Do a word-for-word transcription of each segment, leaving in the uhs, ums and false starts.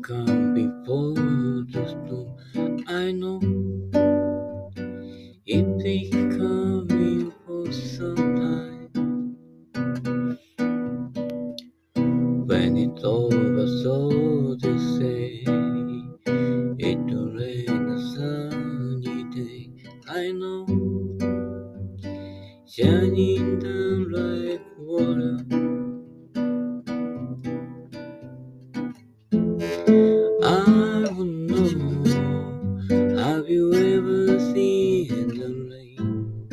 come before the storm. I know it may coming for some time. When it's over, so they say, it'll rain a sunny day. I know, shining down like water. I would know, have you ever seen the rain?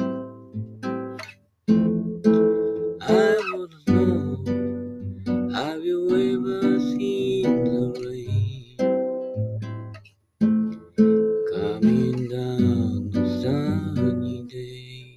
I would know, have you ever seen the rain? Coming down the sunny day.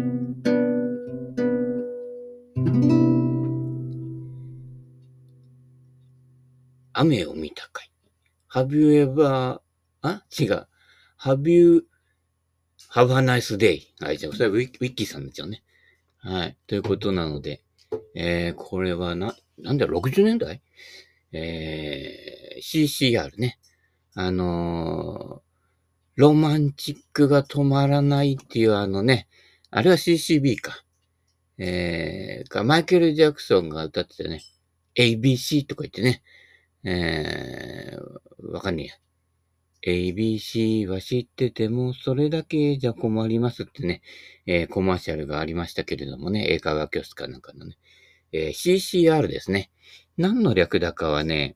雨を見たかい。Have you ever, あ違う。Have you, have a nice day. はい、じゃあ、それはウィウィッキーさんですよね。はい。ということなので、えー、これはな、なんだろ、ろくじゅうねんだいえー、シーシーアール ね。あのー、ロマンチックが止まらないっていうあのね、あれは シーシービー か。えー、か、マイケル・ジャクソンが歌ってたね、エービーシー とか言ってね、えー、わかんねえや。エービーシー は知ってても、それだけじゃ困りますってね、えー、コマーシャルがありましたけれどもね、英会話教室かなんかのね、えー、シーシーアール ですね。何の略だかはね、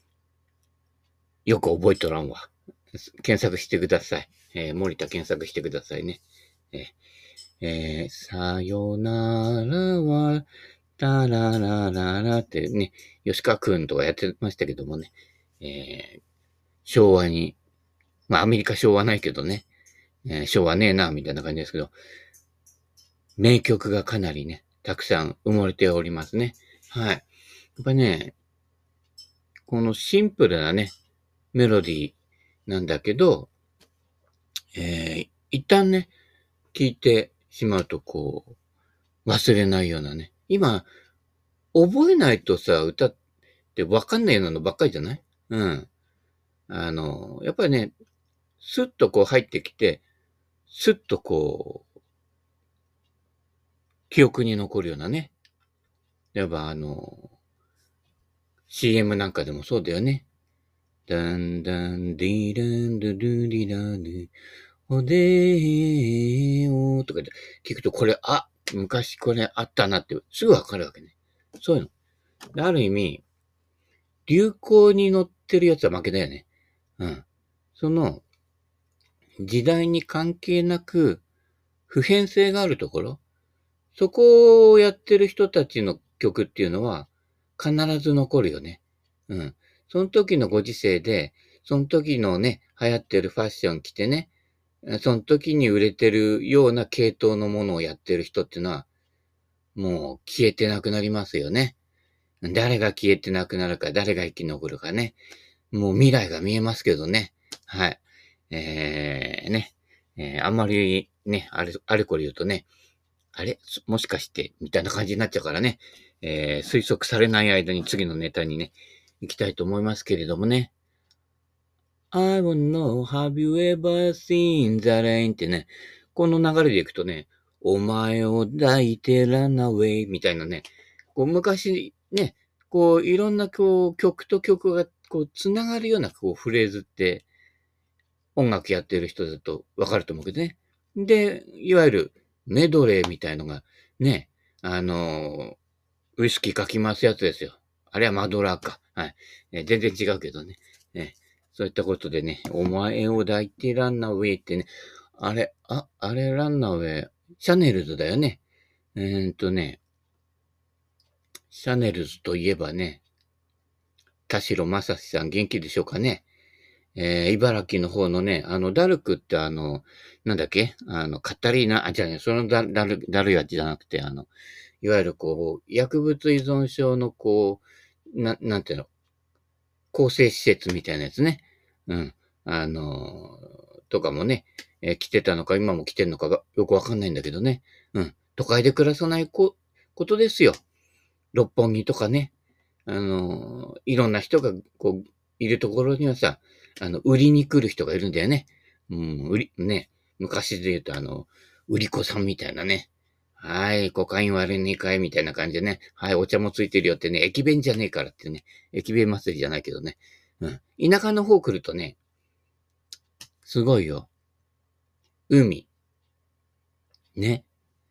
よく覚えとらんわ。検索してください。えー、森田検索してくださいね。えーえー、さよならは、タララララってね、吉川くんとかやってましたけどもね、えー、昭和に、まあアメリカ昭和ないけどね、えー、昭和ねえな、みたいな感じですけど、名曲がかなりね、たくさん埋もれておりますね。はい。やっぱね、このシンプルなね、メロディーなんだけど、えー、一旦ね、聞いてしまうとこう、忘れないようなね。今、覚えないとさ、歌ってわかんないようなのばっかりじゃない？うん。あの、やっぱりね、スッとこう入ってきて、スッとこう、記憶に残るようなね。やっぱあの、シーエム なんかでもそうだよね。ダンダンディランドゥルリランドゥ、おでーおーとかで聞くと、これ、あ、昔これあったなってすぐわかるわけね。そういうの。ある意味、流行に乗ってるやつは負けだよね。うん。その、時代に関係なく、普遍性があるところ、そこをやってる人たちの曲っていうのは、必ず残るよね。うん。その時のご時世で、その時のね、流行ってるファッション着てね、その時に売れてるような系統のものをやってる人っていうのは、もう消えてなくなりますよね。誰が消えてなくなるか、誰が生き残るかね。もう未来が見えますけどね。はい。えー、ね。えー、あんまりね、あれ、あれこれ言うとね、あれもしかして、みたいな感じになっちゃうからね。えー、推測されない間に次のネタにね、行きたいと思いますけれどもね。I don't know, have you ever seen the rain ってね、この流れでいくとね、お前を抱いて run away みたいなね、こう昔ね、こういろんなこう曲と曲がこう繋がるようなこうフレーズって音楽やってる人だとわかると思うけどね。で、いわゆるメドレーみたいのがね、あの、ウイスキーかき回すやつですよ。あれはマドラーか。はい。ね、全然違うけどね。ね、そういったことでね、お前を抱いてランナーウェイってね、あれ、あ、あれランナーウェイ、シャネルズだよね。えーっとね、シャネルズといえばね、田代正史さん元気でしょうかね。えー、茨城の方のね、あの、ダルクってあの、なんだっけあの、カタリーナ、あ、じゃあね、そのダル、ダル、ダルヤじゃなくて、あの、いわゆるこう、薬物依存症のこう、な、なんていうの、更生施設みたいなやつね。うん。あのー、とかもね、えー来てたのか、今も来てんのかがよくわかんないんだけどね。うん。都会で暮らさないこ、ことですよ。六本木とかね。あのー、いろんな人が、こう、 いるところにはさ、あの、売りに来る人がいるんだよね。うん、売り、ね。昔で言うと、あの、売り子さんみたいなね。はい、コカイン割れねえかいみたいな感じでね。はい、お茶もついてるよってね、駅弁じゃねえからってね。駅弁祭りじゃないけどね。うん。田舎の方来るとね、すごいよ。海。ね。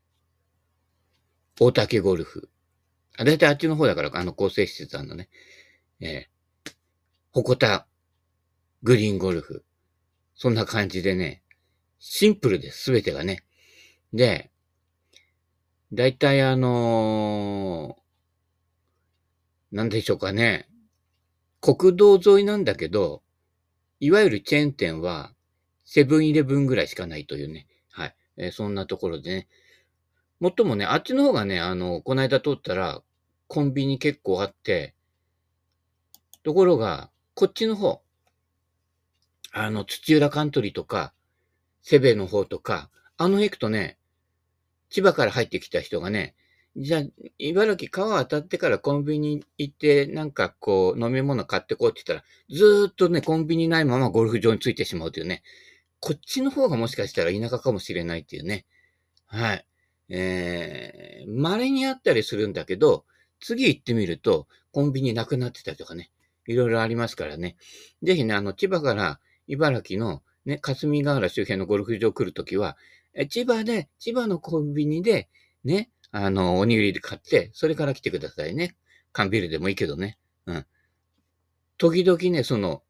大竹ゴルフ。あ、だいたいあっちの方だから、あの、構成施設あんのね。えー、鉾田グリーンゴルフ。そんな感じでね、シンプルです、すべてがね。で、だいたいあのー、なんでしょうかね。国道沿いなんだけど、いわゆるチェーン店は、セブンイレブンぐらいしかないというね。はい。えーそんなところでね。もっともね、あっちの方がね、あの、この間通ったら、コンビニ結構あって、ところが、こっちの方、あの、土浦カントリーとか、セベの方とか、あの辺行くとね、千葉から入ってきた人がね、じゃあ、茨城川渡ってからコンビニ行って、なんかこう、飲み物買ってこうって言ったら、ずーっとね、コンビニないままゴルフ場についてしまうというね、こっちの方がもしかしたら田舎かもしれないっていうね。はい。えー、稀にあったりするんだけど、次行ってみると、コンビニなくなってたりとかね、いろいろありますからね。ぜひね、あの、千葉から茨城のね、霞ヶ原周辺のゴルフ場来るときは、え千葉で、千葉のコンビニで、ね、あの、おにぎりで買って、それから来てくださいね。缶ビールでもいいけどね。うん。時々ね、その、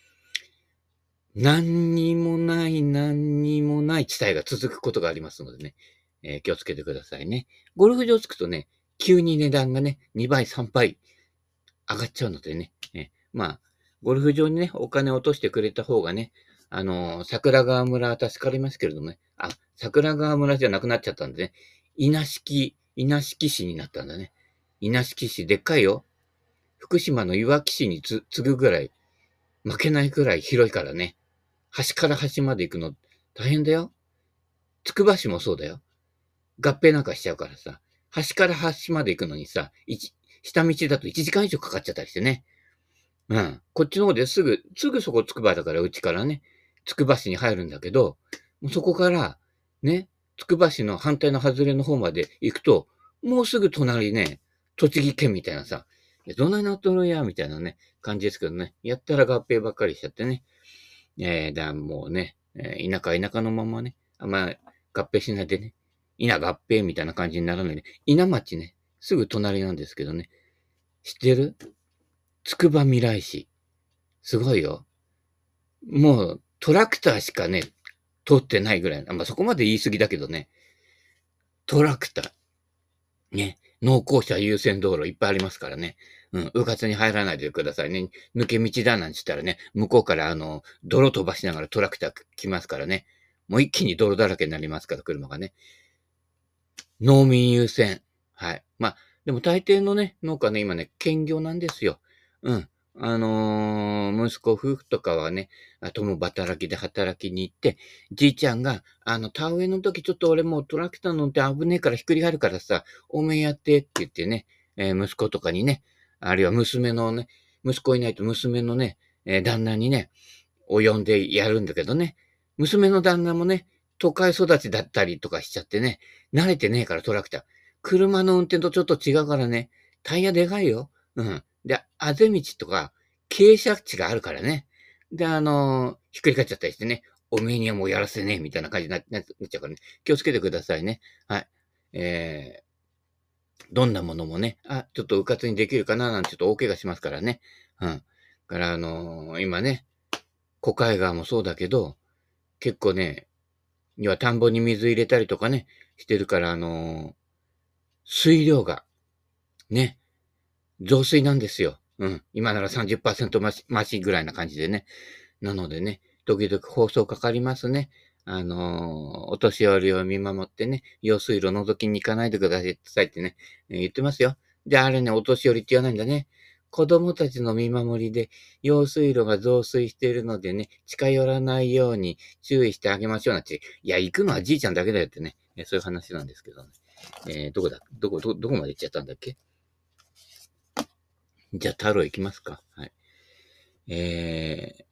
何にもない、何にもない地帯が続くことがありますのでね、えー気をつけてくださいね。ゴルフ場着くとね、急に値段がね、にばい、さんばい上がっちゃうのでね、えーまあ、ゴルフ場にね、お金を落としてくれた方がね、あのー桜川村は助かりますけれどもね、あ、桜川村じゃなくなっちゃったんでね、稲敷、稲敷市になったんだね。稲敷市、でっかいよ。福島のいわき市につ次ぐぐらい、負けないくらい広いからね。端から端まで行くの大変だよ。つくば市もそうだよ。合併なんかしちゃうからさ。端から端まで行くのにさ、一下道だといちじかん以上かかっちゃったりしてね。うん。こっちの方ですぐ、すぐそこつくばだから、うちからね、つくば市に入るんだけど、もうそこから、ね、つくば市の反対の外れの方まで行くと、もうすぐ隣ね、栃木県みたいなさ、いやどないなっとるんや、みたいなね、感じですけどね。やったら合併ばっかりしちゃってね。えー、だ、もうね、えー田舎田舎のままね、あんま合併しないでね、稲合併みたいな感じにならないで、稲町ね、すぐ隣なんですけどね、知ってる？つくばみらい市。すごいよ。もうトラクターしかね、通ってないぐらい。まあ、そこまで言い過ぎだけどね、トラクター。ね、農耕車優先道路いっぱいありますからね。うん、うかつに入らないでくださいね。抜け道だなんて言ったらね、向こうからあの、泥飛ばしながらトラクター来ますからね。もう一気に泥だらけになりますから、車がね。農民優先。はい。まあ、でも大抵のね、農家ね、今ね、兼業なんですよ。うん。あのー息子夫婦とかはね、あ共働きで働きに行って、じいちゃんが、あの、田植えの時ちょっと俺もうトラクター乗って危ねえからひっくり返るからさ、おめえやってって言ってね、えー息子とかにね、あるいは娘のね、息子いないと娘のね、えー旦那にね、を呼んでやるんだけどね。娘の旦那もね、都会育ちだったりとかしちゃってね、慣れてねえからトラクター。車の運転とちょっと違うからね、タイヤでかいよ。うん。で、あぜ道とか、傾斜地があるからね。で、あのーひっくり返っちゃったりしてね、おめえにはもうやらせねえ、みたいな感じにななっちゃうからね。気をつけてくださいね。はい。えー、どんなものもね、あ、ちょっと迂闊にできるかな、なんてちょっと大怪我しますからね。うん。から、あのー今ね、小海岸もそうだけど、結構ね、要は田んぼに水入れたりとかね、してるから、あのー水量が、ね、増水なんですよ。うん。今ならさんじゅっパーセント増し、増しぐらいな感じでね。なのでね、時々放送かかりますね。あのーお年寄りを見守ってね、用水路覗きに行かないでくださいってね、えー言ってますよ。で、あれね、お年寄りって言わないんだね。子供たちの見守りで、用水路が増水しているのでね、近寄らないように注意してあげましょうなんて。いや、行くのはじいちゃんだけだよってね、えーそういう話なんですけどね。えーどこだどこ、ど、どこまで行っちゃったんだっけ？じゃあ、太郎行きますか。はい。 えー、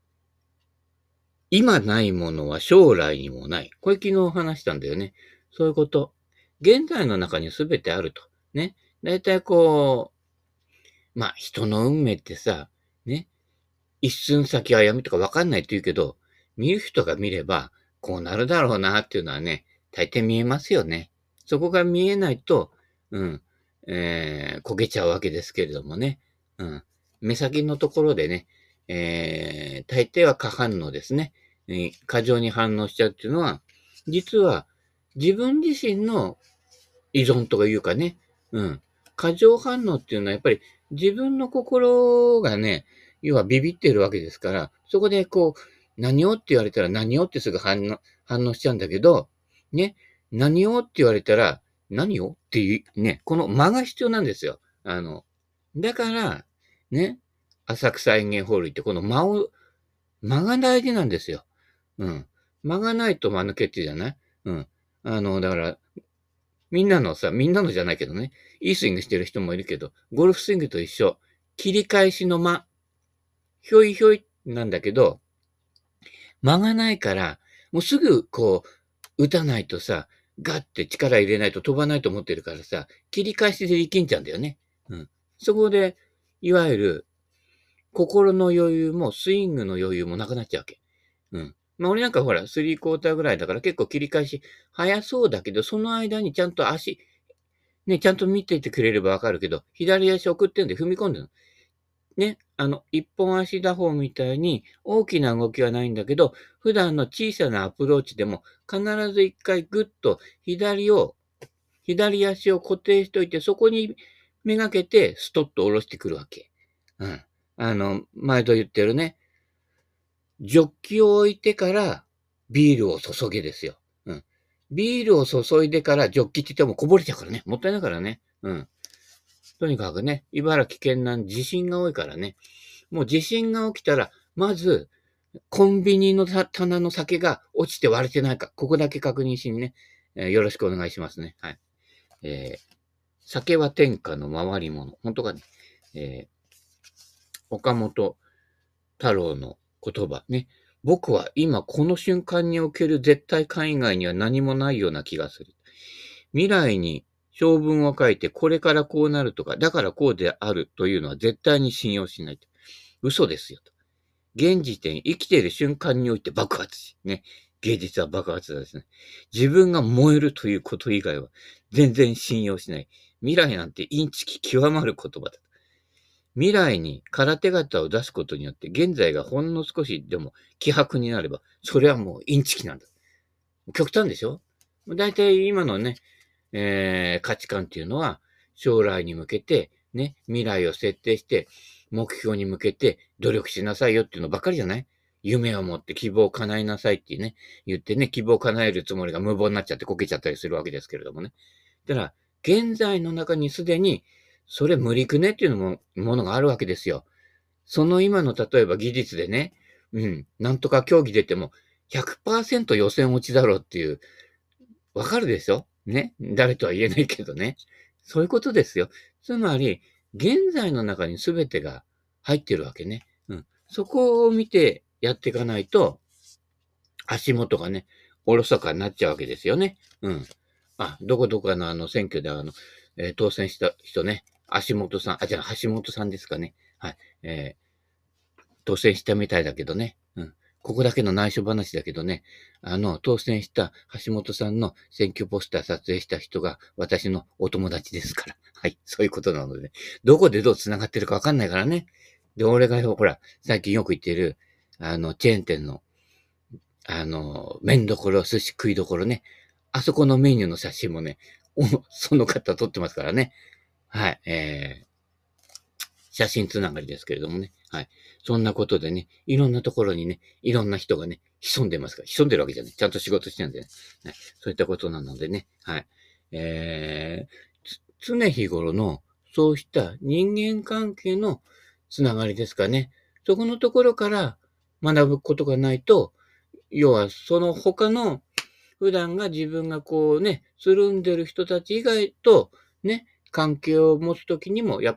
今ないものは将来にもない。これ昨日話したんだよね。そういうこと。現在の中に全てあると。ね。だいたいこう、まあ人の運命ってさ、ね。一寸先は闇とかわかんないって言うけど、見る人が見れば、こうなるだろうなっていうのはね、大抵見えますよね。そこが見えないと、うん、えー、焦げちゃうわけですけれどもね。うん。目先のところでね、えー、大抵は過反応ですね。えー過剰に反応しちゃうっていうのは、実は自分自身の依存とかいうかね、うん。過剰反応っていうのはやっぱり自分の心がね、要はビビってるわけですから、そこでこう、何をって言われたら何をってすぐ反応、反応しちゃうんだけど、ね、何をって言われたら何をっていう、ね、この間が必要なんですよ。あの、だから、ね、浅草園芸ホール行ってこの間を、間が大事なんですよ。うん。間がないと間抜けっていうじゃない。うん。あの、だから、みんなのさ、みんなのじゃないけどね、いいスイングしてる人もいるけど、ゴルフスイングと一緒。切り返しの間、ひょいひょいなんだけど、間がないから、もうすぐこう、打たないとさ、ガッて力入れないと飛ばないと思ってるからさ、切り返しで力んじゃうんだよね。うん。そこで、いわゆる、心の余裕もスイングの余裕もなくなっちゃうわけ。うん。まあ俺なんかほら、スリークォーターぐらいだから結構切り返し早そうだけど、その間にちゃんと足、ね、ちゃんと見ていてくれればわかるけど、左足送ってんで踏み込んでるの。ね、あの、一本足打法みたいに大きな動きはないんだけど、普段の小さなアプローチでも必ず一回グッと左を、左足を固定しといて、そこにめがけてストッと下ろしてくるわけ。うん。あの、前と言ってるね、ジョッキを置いてからビールを注げですよ。うん。ビールを注いでからジョッキって言ってもこぼれちゃうからね。もったいないからね。うん。とにかくね、茨城県南地震が多いからね。もう地震が起きたら、まず、コンビニの棚の酒が落ちて割れてないか、ここだけ確認しにね、えーよろしくお願いしますね。はい。えー、酒は天下の回り物。本当かね。えー、岡本太郎の言葉ね。僕は今この瞬間における絶対感以外には何もないような気がする。未来に長文を書いてこれからこうなるとか、だからこうであるというのは絶対に信用しないと。嘘ですよと。現時点、生きている瞬間において爆発し、ね。芸術は爆発ですね。自分が燃えるということ以外は全然信用しない。未来なんてインチキ極まる言葉だ。未来に空手形を出すことによって、現在がほんの少しでも希薄になれば、それはもうインチキなんだ。極端でしょ。だいたい今のね、えー、価値観っていうのは、将来に向けて、ね、未来を設定して、目標に向けて努力しなさいよっていうのばっかりじゃない。夢を持って希望を叶えなさいってね、言ってね、希望を叶えるつもりが無謀になっちゃってこけちゃったりするわけですけれどもね。だから、現在の中にすでに、それ無理くねっていうのも、ものがあるわけですよ。その今の例えば技術でね、うん、なんとか競技出てもひゃくパーセント予選落ちだろうっていう、わかるでしょね。誰とは言えないけどね。そういうことですよ。つまり、現在の中に全てが入ってるわけね。うん。そこを見てやっていかないと、足元がね、おろそかになっちゃうわけですよね。うん。あ、どこどこかのあの選挙であの、えー当選した人ね、足元さん、あ、じゃあ橋本さんですかね。はい。えー当選したみたいだけどね。うん。ここだけの内緒話だけどね。あの、当選した橋本さんの選挙ポスター撮影した人が私のお友達ですから。はい。そういうことなのでね。どこでどう繋がってるかわかんないからね。で、俺がほら、最近よく言ってる、あの、チェーン店の、あの、麺どころ、寿司食いどころね。あそこのメニューの写真もね、おその方撮ってますからね。はい。えー、写真つながりですけれどもね。はい。そんなことでね、いろんなところにね、いろんな人がね、潜んでますから、潜んでるわけじゃない。ちゃんと仕事してるんでね。はい。そういったことなのでね。はい。えー、つ常日頃の、そうした人間関係のつながりですかね。そこのところから学ぶことがないと、要はその他の普段が自分がこうね、つるんでる人たち以外とね、関係を持つときにも、やっぱり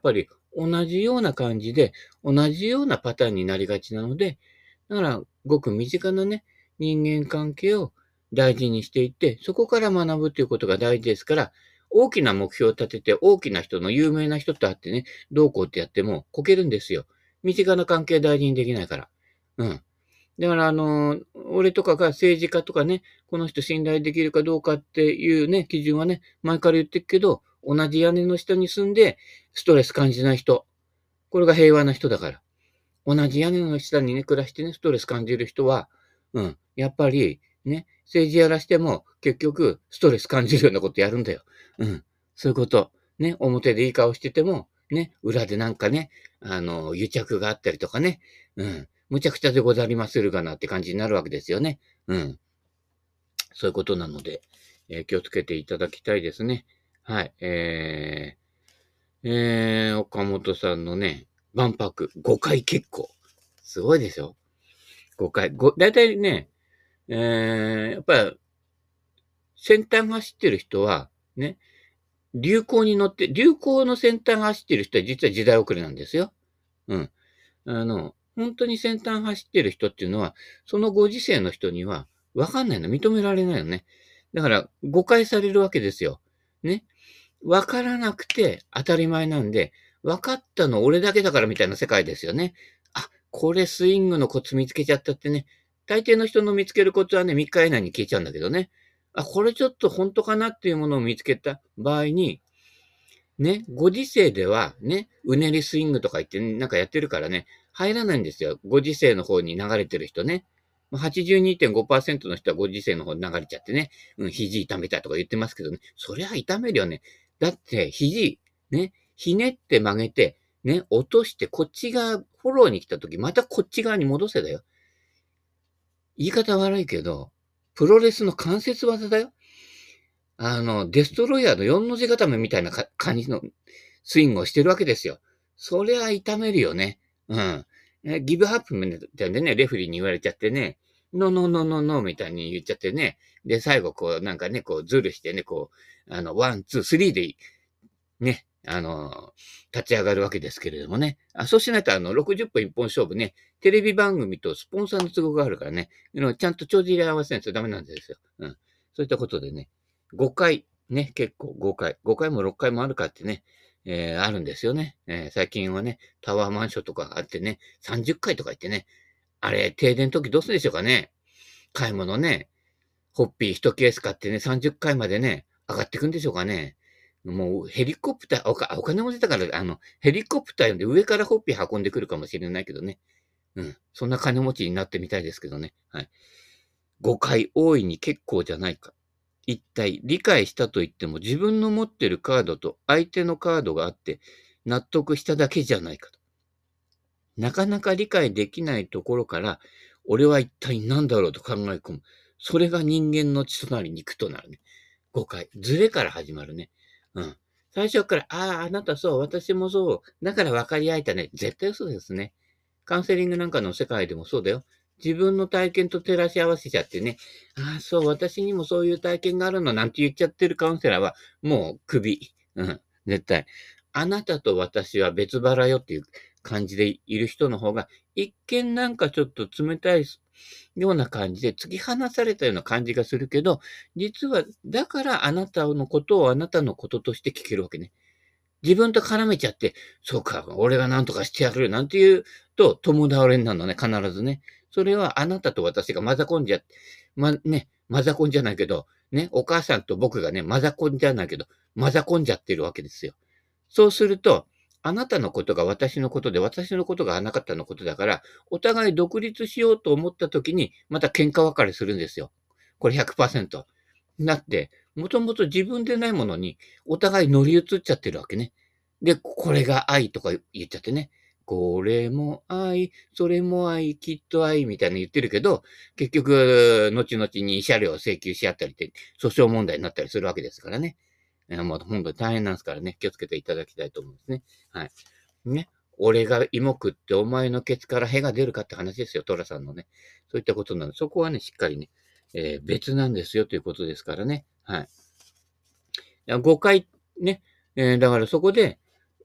同じような感じで、同じようなパターンになりがちなので、だから、ごく身近なね、人間関係を大事にしていって、そこから学ぶということが大事ですから、大きな目標を立てて、大きな人の有名な人と会ってね、どうこうってやってもこけるんですよ。身近な関係大事にできないから。うん。だから、あの、俺とかが政治家とかね、この人信頼できるかどうかっていうね、基準はね、前から言ってるけど、同じ屋根の下に住んで、ストレス感じない人。これが平和な人だから。同じ屋根の下にね、暮らしてね、ストレス感じる人は、うん、やっぱり、ね、政治やらしても、結局、ストレス感じるようなことやるんだよ。うん。そういうこと。ね、表でいい顔してても、ね、裏でなんかね、あの、癒着があったりとかね、うん。むちゃくちゃでござりまするがなって感じになるわけですよね。うん。そういうことなので、えー気をつけていただきたいですね。はい。えー、えー、岡本さんのね、万博ごかい結構。すごいでしょ？ ご 回。ご、だいたいね、えー、やっぱり先端走ってる人は、ね、流行に乗って、流行の先端走ってる人は実は時代遅れなんですよ。うん。あの、本当に先端走ってる人っていうのは、そのご時世の人にはわかんないの、認められないよね。だから誤解されるわけですよ。ね。わからなくて当たり前なんで、わかったの俺だけだからみたいな世界ですよね。あ、これスイングのコツ見つけちゃったってね。大抵の人の見つけるコツはね、みっか以内に消えちゃうんだけどね。あ、これちょっと本当かなっていうものを見つけた場合に、ね、ご時世ではね、うねりスイングとか言ってなんかやってるからね、入らないんですよ。ご時世の方に流れてる人ね。はちじゅうにてんごパーセント の人はご時世の方に流れちゃってね、うん、肘痛めたとか言ってますけどね、そりゃ痛めるよね。だって、肘、ね、ひねって曲げて、ね、落としてこっち側、フォローに来た時、またこっち側に戻せだよ。言い方悪いけど、プロレスの関節技だよ。あの、デストロイヤーのよんの字固めみたいなか感じのスイングをしてるわけですよ。そりゃ痛めるよね。うん。えギブアップみたいでね、レフェリーに言われちゃってね、ノーノーノーノーノーみたいに言っちゃってね。で、最後こう、なんかね、こう、ズルしてね、こう、あの、ワン、ツー、スリーでね、あの、立ち上がるわけですけれどもね。あ、そうしないと、あの、ろくじゅっぷん一本勝負ね、テレビ番組とスポンサーの都合があるからね、ちゃんと帳尻合わせないとダメなんですよ。うん。そういったことでね、ごかい、ね、結構ごかい、ごかいもろっかいもあるかってね、えー、あるんですよね。えー、最近はね、タワーマンションとかあってね、さんじゅっかいとか言ってね、あれ、停電の時どうするでしょうかね。買い物ね、ホッピー一ケース買ってね、さんじゅっかいまでね、上がっていくんでしょうかね。もうヘリコプター、おかお金持ちだから、あの、ヘリコプターで上からホッピー運んでくるかもしれないけどね。うん。そんな金持ちになってみたいですけどね。はい。誤解大いに結構じゃないか。一体理解したと言っても自分の持ってるカードと相手のカードがあって納得しただけじゃないかと。なかなか理解できないところから、俺は一体何だろうと考え込む。それが人間の血となり肉となるね。誤解。ズレから始まるね。うん。最初から、ああ、あなたそう、私もそう。だから分かり合えたね。絶対嘘ですね。カウンセリングなんかの世界でもそうだよ。自分の体験と照らし合わせちゃってね。ああ、そう、私にもそういう体験があるのなんて言っちゃってるカウンセラーは、もう首。うん。絶対。あなたと私は別腹よっていう感じでいる人の方が、一見なんかちょっと冷たいような感じで突き放されたような感じがするけど、実は、だからあなたのことをあなたのこととして聞けるわけね。自分と絡めちゃって、そうか、俺が何とかしてやるなんて言うと、共倒れになるのね、必ずね。それはあなたと私が混ざ込んじゃ、ま、ね、混ざ込んじゃないけど、ね、お母さんと僕がね、混ざ込んじゃないけど、混ざ込んじゃってるわけですよ。そうすると、あなたのことが私のことで、私のことがあなたのことだから、お互い独立しようと思った時に、また喧嘩別れするんですよ。これひゃくパーセント。だって、もともと自分でないものに、お互い乗り移っちゃってるわけね。で、これが愛とか言っちゃってね。これも愛、それも愛、きっと愛みたいなの言ってるけど、結局、後々に慰謝料を請求し合ったりって、訴訟問題になったりするわけですからね。いや、もう本当に大変なんですからね、気をつけていただきたいと思うんですね。はい。ね。俺が芋食ってお前のケツから屁が出るかって話ですよ、トラさんのね。そういったことなので、そこはね、しっかりね、えー別なんですよということですからね。はい。いや誤解、ね。えーだからそこで、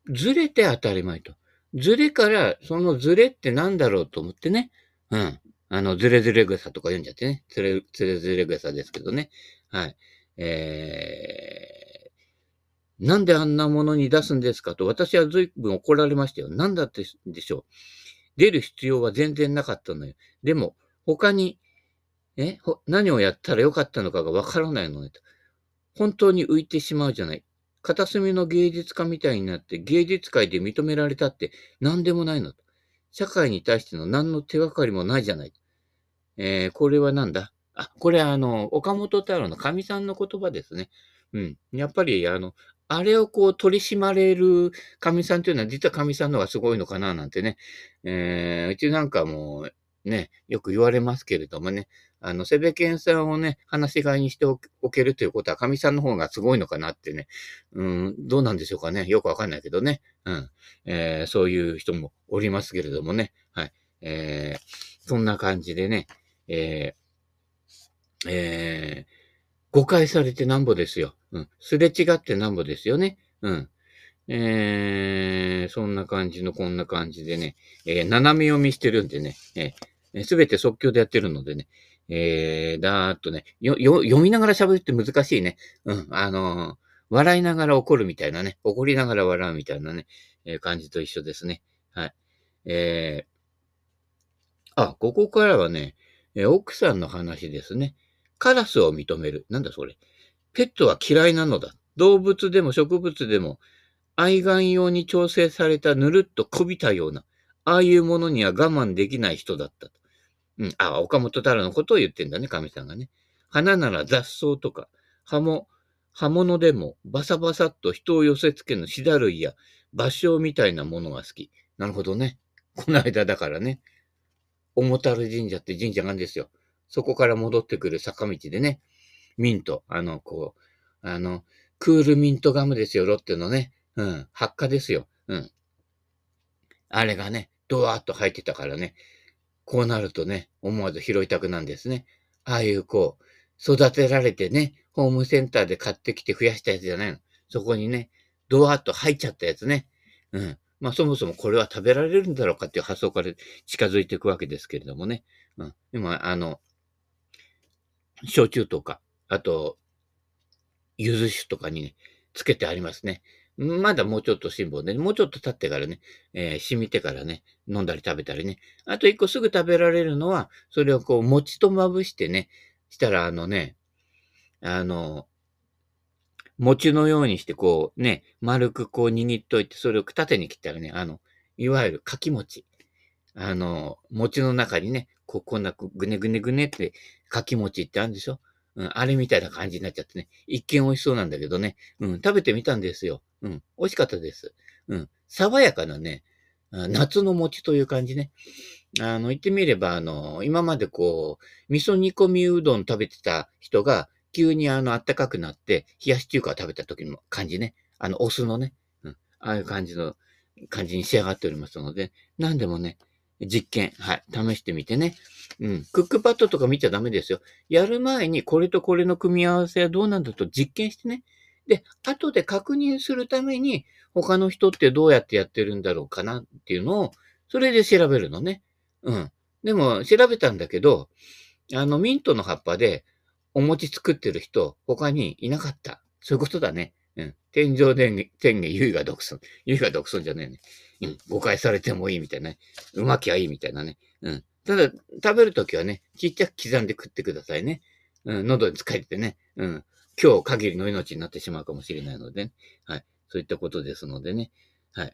ずれて当たり前と。ずれから、そのずれってなんだろうと思ってね。うん。あの、ずれずれ草とか読んじゃってね。ずれ、ずれずれ草ですけどね。はい。えー、なんであんなものに出すんですかと、私は随分怒られましたよ。なんだってでしょう。出る必要は全然なかったのよ。でも、他に、えほ何をやったらよかったのかがわからないのねと。本当に浮いてしまうじゃない。片隅の芸術家みたいになって芸術界で認められたって何でもないのと。社会に対しての何の手がかりもないじゃない。えー、これはなんだあ、これはあの、岡本太郎の神さんの言葉ですね。うん。やっぱりあの、あれをこう取り締まれる神さんというのは実は神さんの方がすごいのかななんてね。えー、うちなんかもね、よく言われますけれどもね。あの、セベケンさんをね、話し飼いにしておけるということは、神さんの方がすごいのかなってね。うん、どうなんでしょうかね。よくわかんないけどね。うん。えー、そういう人もおりますけれどもね。はい。えー、そんな感じでね。えー、えー、誤解されてなんぼですよ。うん。すれ違ってなんぼですよね。うん。えー、そんな感じのこんな感じでね、えー、斜め読みしてるんでね、えー、すべて即興でやってるのでね、えー、だーっとね、よ、よ、読みながら喋るって難しいね。うん、あのー笑いながら怒るみたいなね、怒りながら笑うみたいなね、えー、感じと一緒ですね。はい。えー、あ、ここからはね、えー奥さんの話ですね。カラスを認める。なんだそれ。ペットは嫌いなのだ。動物でも植物でも愛玩用に調整されたぬるっとこびたような、ああいうものには我慢できない人だったと。うん。あ、岡本太郎のことを言ってんだね、神さんがね。花なら雑草とか、葉も、葉物でもバサバサっと人を寄せ付けぬシダ類や芭蕉みたいなものが好き。なるほどね。この間だからね、桃太郎神社って神社があるんですよ。そこから戻ってくる坂道でね、ミント、あの、こう、あの、クールミントガムですよ、ロッテのね。うん、発火ですよ。うん。あれがね、ドワーッと入ってたからね、こうなるとね、思わず拾いたくなんですね。ああいうこう、育てられてね、ホームセンターで買ってきて増やしたやつじゃないの。そこにね、ドワーッと入っちゃったやつね。うん。まあそもそもこれは食べられるんだろうかっていう発想から近づいていくわけですけれどもね。うん。でも、あの、焼酎とか、あと、柚子酒とかにね、つけてありますね。まだもうちょっと辛抱で、もうちょっと経ってからね、えー染みてからね、飲んだり食べたりね。あと一個すぐ食べられるのは、それをこう、餅とまぶしてね、したらあのね、あの、餅のようにしてこうね、丸くこう握っといて、それを縦に切ったらね、あの、いわゆるかき餅。あの、餅の中にね、こう、こんなぐねぐねぐねって、かき餅ってあるんでしょ。うん、あれみたいな感じになっちゃってね。一見美味しそうなんだけどね。うん、食べてみたんですよ。うん、美味しかったです。うん、爽やかなね、あ夏の餅という感じね。あの、言ってみれば、あの、今までこう、味噌煮込みうどん食べてた人が、急にあの、暖かくなって、冷やし中華を食べた時の感じね。あの、お酢のね。うん、ああいう感じの、感じに仕上がっておりますので、何でもね、実験、はい、試してみてね。うん。クックパッドとか見ちゃダメですよ。やる前にこれとこれの組み合わせはどうなんだと実験してね。で、後で確認するために、他の人ってどうやってやってるんだろうかなっていうのを、それで調べるのね。うん。でも、調べたんだけど、あの、ミントの葉っぱでお餅作ってる人、他にいなかった。そういうことだね。うん。天上天下、天下、唯我独尊。唯我独尊じゃねえね。うん。誤解されてもいいみたいなね。うまきゃいいみたいなね。うん。ただ、食べるときはね、ちっちゃく刻んで食ってくださいね。うん。喉に疲れてね。うん。今日限りの命になってしまうかもしれないので、ね、はい。そういったことですのでね。はい。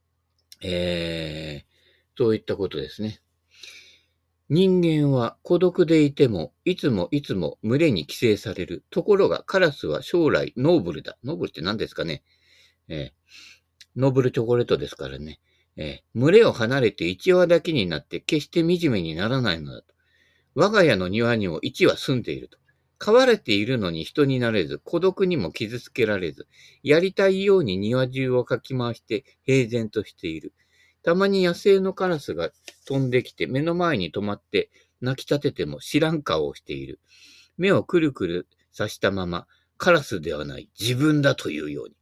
えー、そういったことですね。人間は孤独でいても、いつもいつも群れに寄生される。ところがカラスは将来ノーブルだ。ノーブルって何ですかね。えーノーブルチョコレートですからね。えー群れを離れて一羽だけになって決して惨めにならないのだと。我が家の庭にも一羽住んでいると。飼われているのに人になれず、孤独にも傷つけられず、やりたいように庭中をかき回して平然としている。たまに野生のカラスが飛んできて目の前に止まって泣き立てても知らん顔をしている。目をくるくるさしたまま、カラスではない自分だというように。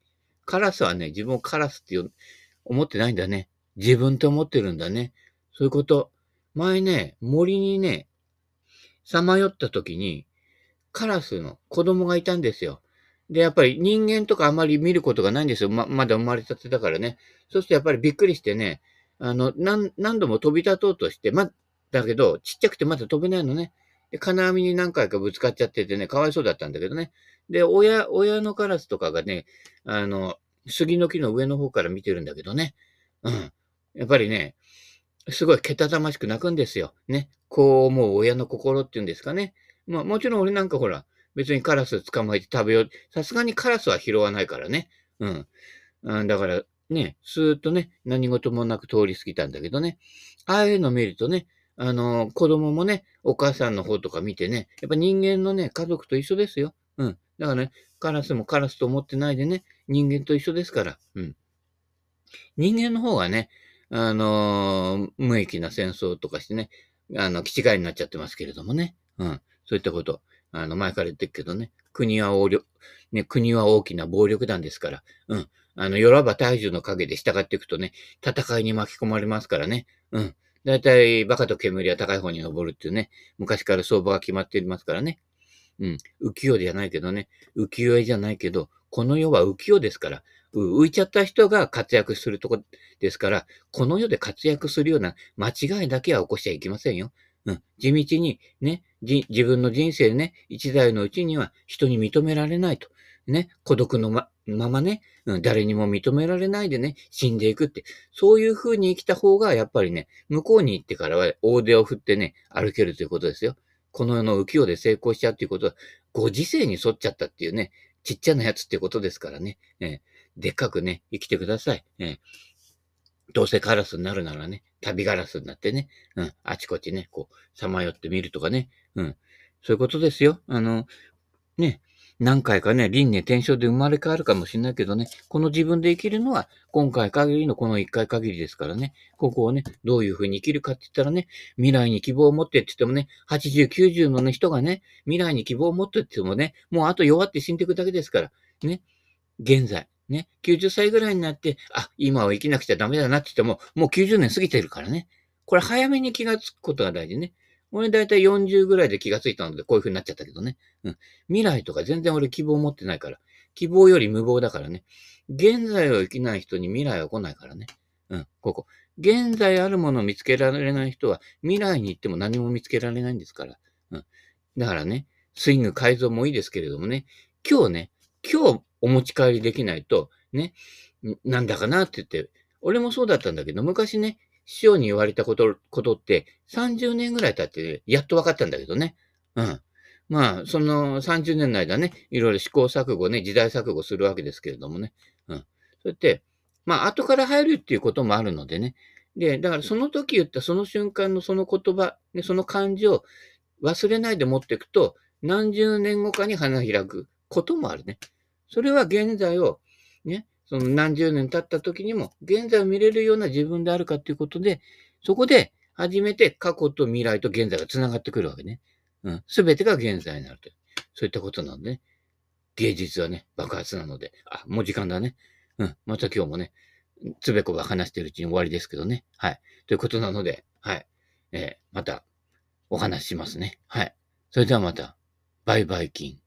カラスはね、自分をカラスって思ってないんだね。自分と思ってるんだね。そういうこと。前ね、森にね、さまよった時に、カラスの子供がいたんですよ。で、やっぱり人間とかあまり見ることがないんですよ。ま、まだ生まれたてだからね。そうするとやっぱりびっくりしてね、あの、何、何度も飛び立とうとして、ま、だけど、ちっちゃくてまだ飛べないのね。で、金網に何回かぶつかっちゃっててね、かわいそうだったんだけどね。で、親、親のカラスとかがね、あの、杉の木の上の方から見てるんだけどね。うん。やっぱりね、すごいけたたましく泣くんですよ。ね。こう思う親の心っていうんですかね。まあもちろん俺なんかほら、別にカラス捕まえて食べよう。さすがにカラスは拾わないからね。うん。うん、だからね、スーッとね、何事もなく通り過ぎたんだけどね。ああいうの見るとね、あの、子供もね、お母さんの方とか見てね、やっぱ人間のね、家族と一緒ですよ。うん。だからね、カラスもカラスと思ってないでね、人間と一緒ですから。うん。人間の方がね、あのー無益な戦争とかしてね、あの、気違いになっちゃってますけれどもね。うん。そういったこと、あの、前から言ってるけどね、国は横領、ね、国は大きな暴力団ですから、うん。あの、よらば大樹の陰で従っていくとね、戦いに巻き込まれますからね。うん。だいたいバカと煙は高い方に登るっていうね、昔から相場が決まっていますからね。うん。浮世じゃないけどね。浮世絵じゃないけど、この世は浮世ですから、う浮いちゃった人が活躍するとこですから、この世で活躍するような間違いだけは起こしちゃいけませんよ。うん。地道にね、じ自分の人生ね、一代のうちには人に認められないと。ね、孤独のま、ままね、うん、誰にも認められないでね、死んでいくって。そういう風に生きた方が、やっぱりね、向こうに行ってからは大手を振ってね、歩けるということですよ。この世の浮世で成功しちゃうっていうことは、ご時世に沿っちゃったっていうね、ちっちゃなやつってことですからね。えーでっかくね、生きてください。えーどうせカラスになるならね、旅ガラスになってね、うん、あちこちね、こう、さまよってみるとかね、うん、そういうことですよ。あの、ね、何回かね、輪廻転生で生まれ変わるかもしれないけどね、この自分で生きるのは、今回限りのこの一回限りですからね、ここをね、どういうふうに生きるかって言ったらね、未来に希望を持ってって言ってもね、はちじゅう、きゅうじゅうの、ね、人がね、未来に希望を持ってって言ってもね、もうあと弱って死んでいくだけですから、ね、現在、ね、きゅうじゅっさいぐらいになって、あ、今は生きなくちゃダメだなって言っても、もうきゅうじゅうねん過ぎてるからね。これ早めに気がつくことが大事ね。俺だいたいよんじゅうぐらいで気がついたので、こういう風になっちゃったけどね。うん。未来とか全然俺希望持ってないから。希望より無謀だからね。現在を生きない人に未来は来ないからね。うん、ここ。現在あるものを見つけられない人は、未来に行っても何も見つけられないんですから。うん。だからね、スイング改造もいいですけれどもね、今日ね、今日お持ち帰りできないと、ね、なんだかなって言って、俺もそうだったんだけど、昔ね、師匠に言われたこと、ことってさんじゅうねんぐらい経って、やっと分かったんだけどね。うん。まあ、そのさんじゅうねんの間ね、いろいろ試行錯誤ね、時代錯誤するわけですけれどもね。うん。そうやって、まあ、後から入るっていうこともあるのでね。で、だからその時言ったその瞬間のその言葉、ね、その感じを忘れないで持っていくと、何十年後かに花開くこともあるね。それは現在を、ね、その何十年経った時にも、現在を見れるような自分であるかということで、そこで初めて過去と未来と現在が繋がってくるわけね。うん。すべてが現在になるという。そういったことなので、ね、芸術はね、爆発なので、あ、もう時間だね。うん。また今日もね、つべこば話してるうちに終わりですけどね。はい。ということなので、はい。えー、またお話ししますね。はい。それではまた、バイバイキン。